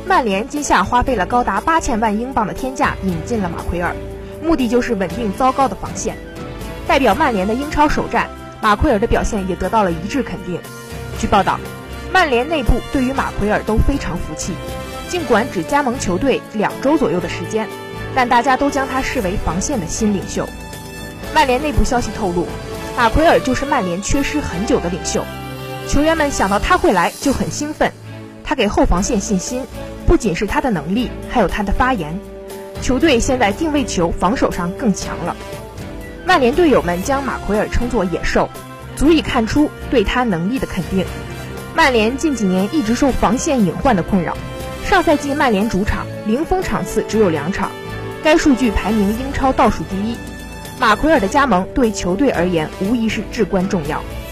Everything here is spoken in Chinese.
曼联今夏花费了高达8000万英镑的天价引进了马奎尔，目的就是稳定糟糕的防线。代表曼联的英超首战，马奎尔的表现也得到了一致肯定。据报道，曼联内部对于马奎尔都非常服气，尽管只加盟球队2周左右的时间，但大家都将他视为防线的新领袖。曼联内部消息透露，马奎尔就是曼联缺失很久的领袖，球员们想到他会来就很兴奋。他给后防线信心，不仅是他的能力，还有他的发言。球队现在定位球防守上更强了。曼联队友们将马奎尔称作野兽，足以看出对他能力的肯定。曼联近几年一直受防线隐患的困扰，上赛季曼联主场零封场次只有2场，该数据排名英超倒数第一。马奎尔的加盟对球队而言无疑是至关重要。